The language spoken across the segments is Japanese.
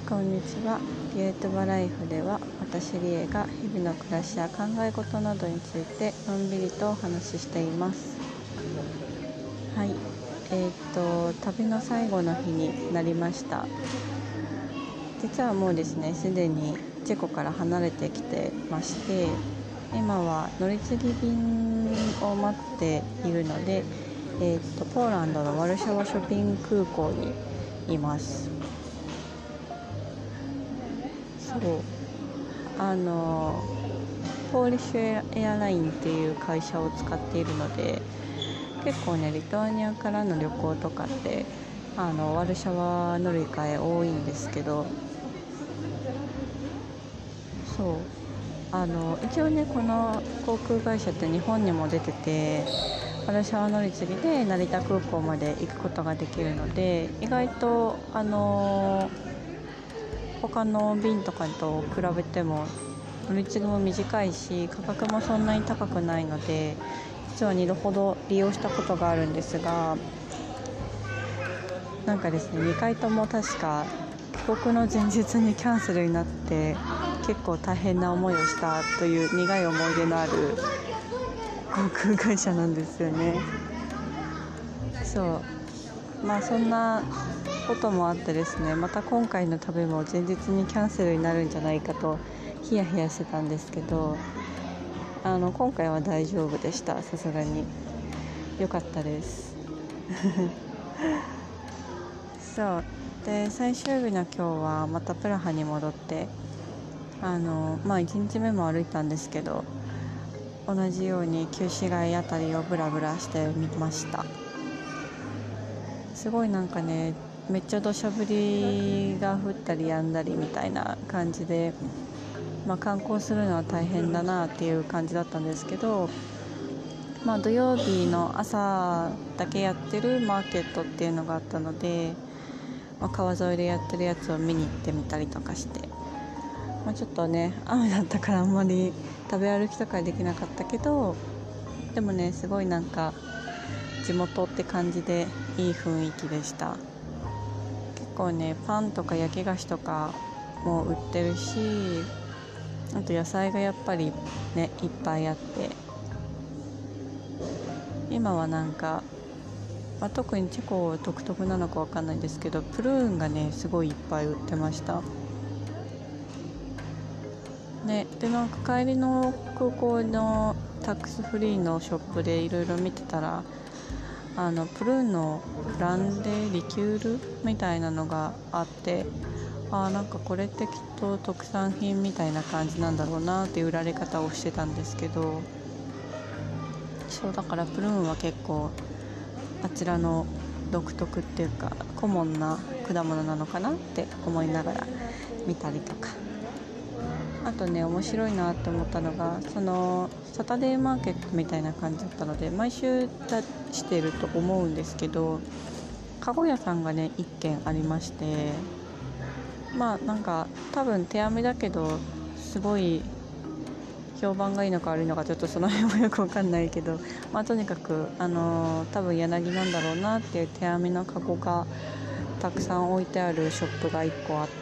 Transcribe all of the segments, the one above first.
こんにちは。リエトバライフでは私リエが日々の暮らしや考え事などについてのんびりとお話ししています。はい、旅の最後の日になりました。実はもうですね、すでにチェコから離れてきてまして、今は乗り継ぎ便を待っているので、ポーランドのワルシャワショピング空港にいます。そうポーリッシュエアラインっていう会社を使っているので、結構ねリトアニアからの旅行とかってワルシャワ乗り換え多いんですけど、そう一応ねこの航空会社って日本にも出てて、ワルシャワ乗り継ぎで成田空港まで行くことができるので、意外と他の便とかと比べても乗り継ぎも短いし、価格もそんなに高くないので、実は2度ほど利用したことがあるんですが、なんかですね、2回とも確か帰国の前日にキャンセルになって結構大変な思いをしたという苦い思い出のある航空会社なんですよね。そんなこともあってですね、また今回の旅も前日にキャンセルになるんじゃないかとヒヤヒヤしてたんですけど、今回は大丈夫でした。さすがに良かったですそうで、最終日の今日はまたプラハに戻って、1日目も歩いたんですけど、同じように旧市街あたりをブラブラしてみました。すごいなんかね、めっちゃ土砂降りが降ったりやんだりみたいな感じで、観光するのは大変だなっていう感じだったんですけど、土曜日の朝だけやってるマーケットっていうのがあったので、川沿いでやってるやつを見に行ってみたりとかして、ちょっとね雨だったからあんまり食べ歩きとかできなかったけど、でもねすごいなんか地元って感じでいい雰囲気でした。結構ねパンとか焼き菓子とかも売ってるし、あと野菜がやっぱりねいっぱいあって、今はなんか、特にチェコ独特なのかわかんないですけど、プルーンがねすごいいっぱい売ってましたね。でなんか帰りの空港のタックスフリーのショップでいろいろ見てたら、プルーンのブランデーリキュールみたいなのがあって、なんかこれってきっと特産品みたいな感じなんだろうなっていう売られ方をしてたんですけど、そうだからプルーンは結構あちらの独特っていうかコモンな果物なのかなって思いながら見たりとか、あとね面白いなって思ったのが、そのサタデーマーケットみたいな感じだったので、毎週出していると思うんですけど、カゴ屋さんがね1軒ありまして、なんか多分手編みだけどすごい評判がいいのか悪いのかちょっとその辺もよくわかんないけど、とにかく多分柳なんだろうなっていう手編みのカゴがたくさん置いてあるショップが1個あって、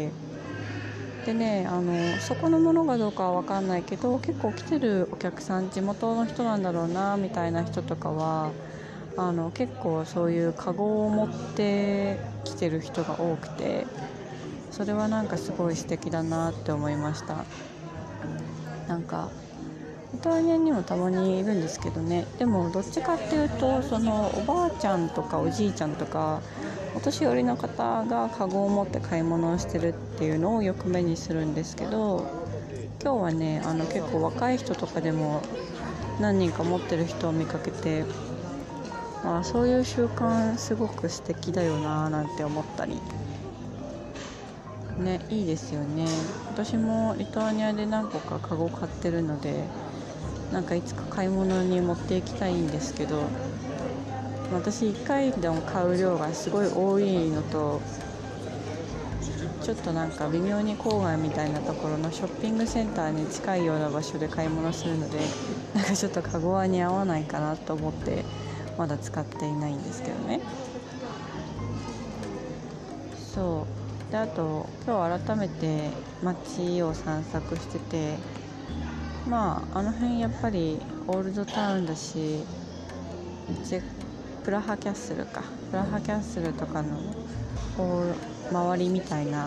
でねそこのものかどうかはわかんないけど、結構来てるお客さん地元の人なんだろうなみたいな人とかは結構そういうカゴを持って来てる人が多くて、それはなんかすごい素敵だなって思いました。なんかイタリアにもたまにいるんですけどね、でもどっちかっていうとそのおばあちゃんとかおじいちゃんとかお年寄りの方がカゴを持って買い物をしてるっていうのをよく目にするんですけど、今日はね結構若い人とかでも何人か持ってる人を見かけて、そういう習慣すごく素敵だよななんて思ったりね、いいですよね。私もリトアニアで何個かカゴ買ってるので、なんかいつか買い物に持っていきたいんですけど、私1回でも買う量がすごい多いのと、ちょっとなんか微妙に郊外みたいなところのショッピングセンターに近いような場所で買い物するので、なんかちょっとカゴは似合わないかなと思ってまだ使っていないんですけどね。 であと今日改めて街を散策してて、まああの辺やっぱりオールドタウンだし、プラハキャッスルとかの周りみたいな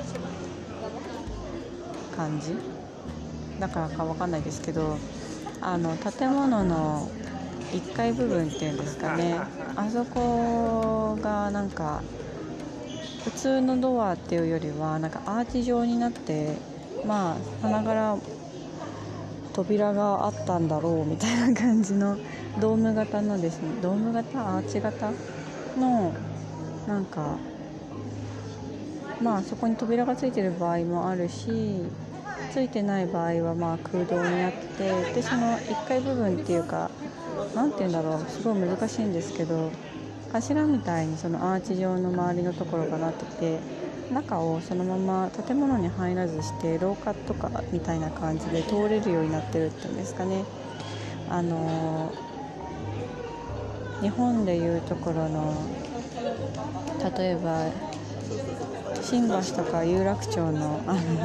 感じだからかわかんないですけど、建物の1階部分っていうんですかね、あそこがなんか普通のドアっていうよりはなんかアーチ状になって、まあさながら扉があったんだろうみたいな感じのドーム型のですね、ドーム型アーチ型のなんか、まあそこに扉がついてる場合もあるし、ついてない場合はまあ空洞になってて、でその1階部分っていうか、なんていうんだろう、すごい難しいんですけど、柱みたいにそのアーチ状の周りのところがなってて、中をそのまま建物に入らずして廊下とかみたいな感じで通れるようになってるっていうんですかね。日本でいうところの例えば新橋とか有楽町の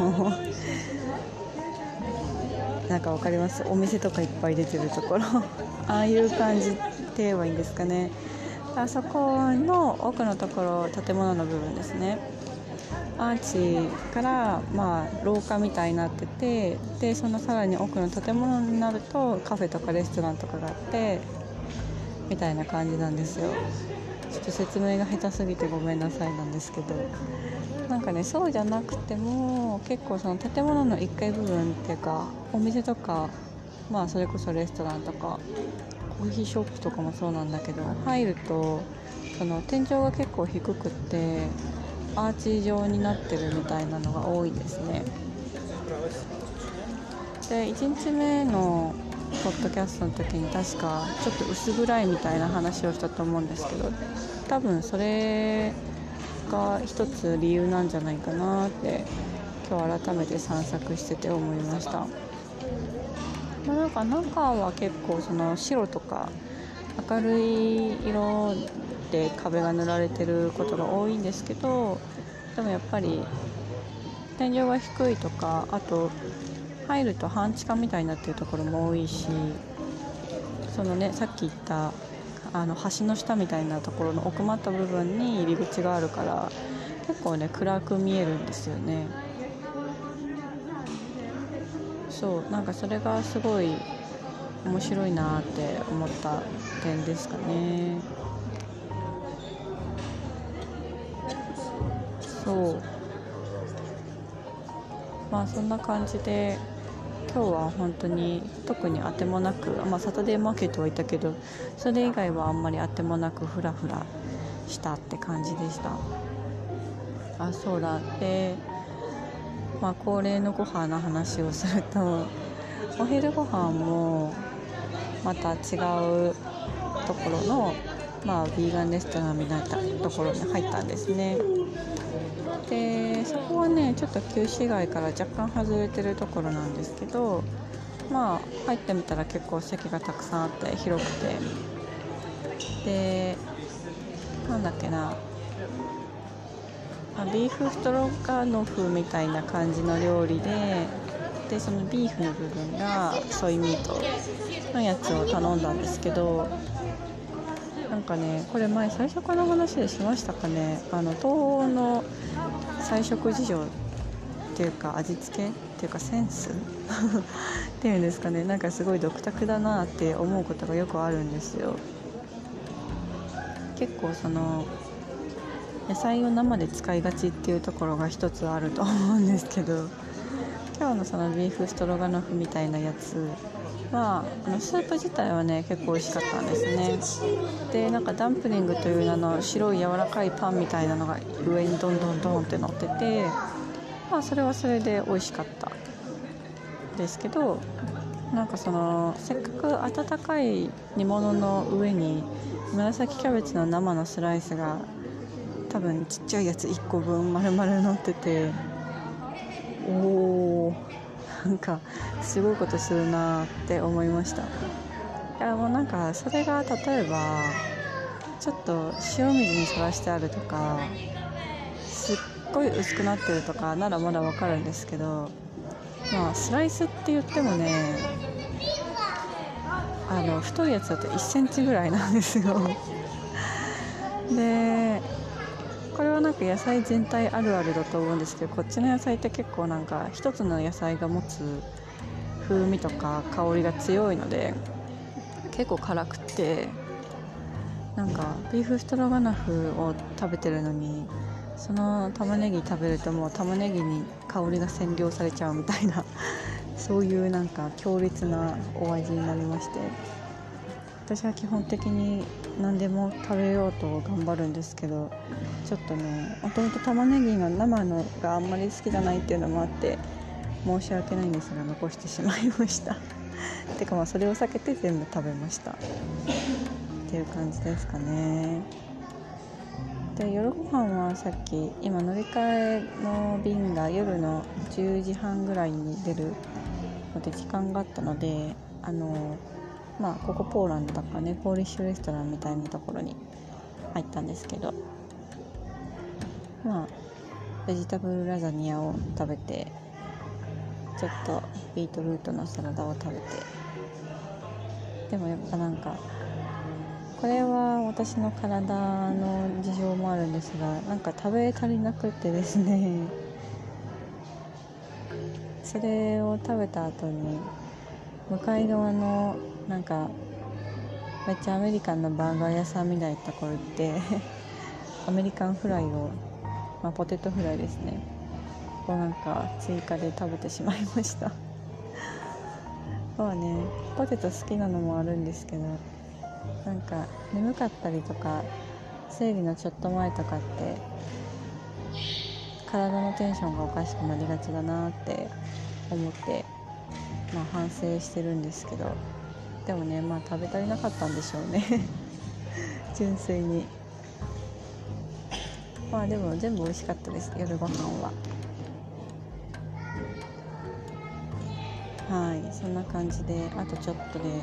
なんかわかります？お店とかいっぱい出てるところああいう感じって言えばいいんですかね。あそこの奥のところ、建物の部分ですね、アーチからまあ廊下みたいになってて、でそのさらに奥の建物になるとカフェとかレストランとかがあってみたいな感じなんですよ。ちょっと説明が下手すぎてごめんなさいなんですけど、なんかね、そうじゃなくても結構その建物の1階部分っていうか、お店とか、まあそれこそレストランとかコーヒーショップとかもそうなんだけど、入るとその天井が結構低くってアーチ状になってるみたいなのが多いですね。で1日目のポッドキャストの時に確かちょっと薄暗いみたいな話をしたと思うんですけど、多分それが一つ理由なんじゃないかなって今日改めて散策してて思いました。なんか中は結構その白とか明るい色で壁が塗られてることが多いんですけど、でもやっぱり天井が低いとか、あと入ると半地下みたいになってるところも多いし、そのね、さっき言った橋の下みたいなところの奥まった部分に入り口があるから結構ね暗く見えるんですよね。そう、なんかそれがすごい面白いなって思った点ですかね。そう、まあそんな感じで今日は本当に特に当てもなく、サタデーマーケットはいたけどそれ以外はあんまり当てもなくフラフラしたって感じでした。そうだ、で恒例のご飯の話をすると、お昼ご飯もまた違うところのビーガンレストランみたいなところに入ったんですね。でそこはねちょっと旧市街から若干外れてるところなんですけど、入ってみたら結構席がたくさんあって広くて、でなんだっけな、ビーフストロガノフみたいな感じの料理でそのビーフの部分がソイミートのやつを頼んだんですけど、なんかね、これ前最初この話でしましたかね。東欧の菜食事情っていうか味付けっていうかセンスっていうんですかね、なんかすごい独特だなって思うことがよくあるんですよ。結構その野菜を生で使いがちっていうところが一つあると思うんですけど、今日のそのビーフストロガノフみたいなやつはスープ自体はね結構美味しかったんですね。でなんかダンプリングという名の白い柔らかいパンみたいなのが上にどんどんどんって乗ってて、それはそれで美味しかったですけど、なんかそのせっかく温かい煮物の上に紫キャベツの生のスライスが多分ちっちゃいやつ1個分丸々乗ってて、なんかすごいことするなって思いました。いやもうなんかそれが例えばちょっと塩水にさらしてあるとか、すっごい薄くなってるとかならまだわかるんですけど、まあスライスって言ってもね、太いやつだと1センチぐらいなんですよでこれはなんか野菜全体あるあるだと思うんですけど、こっちの野菜って結構なんか一つの野菜が持つ風味とか香りが強いので結構辛くて、なんかビーフストロガノフを食べてるのにその玉ねぎ食べるともう玉ねぎに香りが占領されちゃうみたいなそういうなんか強烈なお味になりまして、私は基本的に何でも食べようと頑張るんですけど、ちょっとねもともと玉ねぎが生のがあんまり好きじゃないっていうのもあって申し訳ないんですが残してしまいましたてかまあそれを避けて全部食べましたっていう感じですかね。で夜ご飯はさっき今乗り換えの便が夜の10時半ぐらいに出るので時間があったのでまあここポーランドだからね、ポーリッシュレストランみたいなところに入ったんですけど、まあベジタブルラザニアを食べてちょっとビートルートのサラダを食べて、でもやっぱなんかこれは私の体の事情もあるんですが、なんか食べ足りなくてですねそれを食べた後に向かい側のなんかめっちゃアメリカンなバーガー屋さんみたいなところってアメリカンフライを、まあ、ポテトフライですねをなんか追加で食べてしまいましたまあね、ポテト好きなのもあるんですけど、なんか眠かったりとか生理のちょっと前とかって体のテンションがおかしくなりがちだなって思って、まあ、反省してるんですけど、でもねまあ食べ足りなかったんでしょうね純粋に。まあでも全部美味しかったです、夜ご飯は。はい、そんな感じであとちょっとで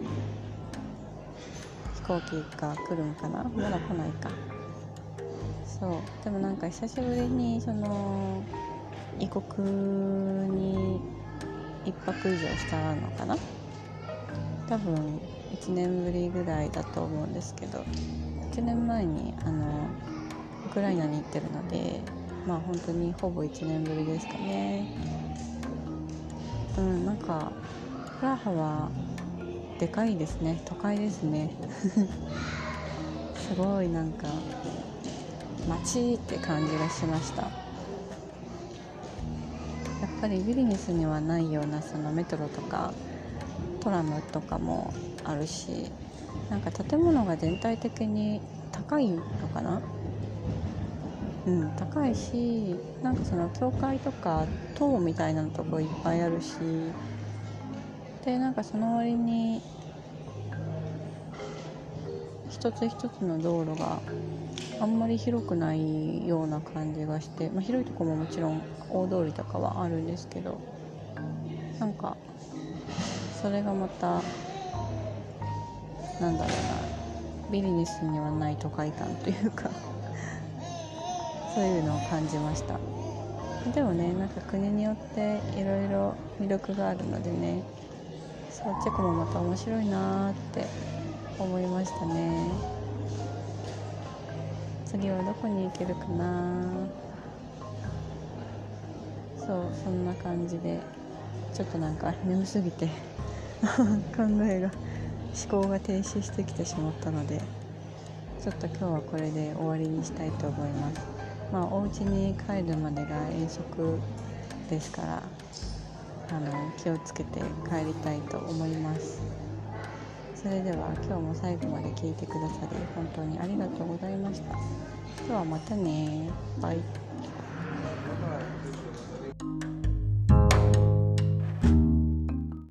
飛行機が来るんかな、まだ来ないか。そうでもなんか久しぶりにその異国に1泊以上したのかな、多分1年ぶりぐらいだと思うんですけど、1年前にウクライナに行ってるので、まあ本当にほぼ1年ぶりですかね。なんかプラハはでかいですね、都会ですねすごいなんか街って感じがしました。やっぱりビリニュスにはないようなそのメトロとかトラムとかもあるし、なんか建物が全体的に高いのかな、高いし、なんかその教会とか塔みたいなとこいっぱいあるし、でなんかその割に一つ一つの道路があんまり広くないような感じがして、広いところももちろん大通りとかはあるんですけど、なんかそれがまたなんだろうな、ビリニュスにはない都会感というかそういうのを感じました。でもね、なんか国によっていろいろ魅力があるのでね、そうチェコもまた面白いなーって思いましたね。次はどこに行けるかな。そんな感じでちょっとなんか眠すぎて考えが思考が停止してきてしまったので、ちょっと今日はこれで終わりにしたいと思います。お家に帰るまでが遠足ですから気をつけて帰りたいと思います。それでは今日も最後まで聞いてくださり本当にありがとうございました。ではまたね、バイ。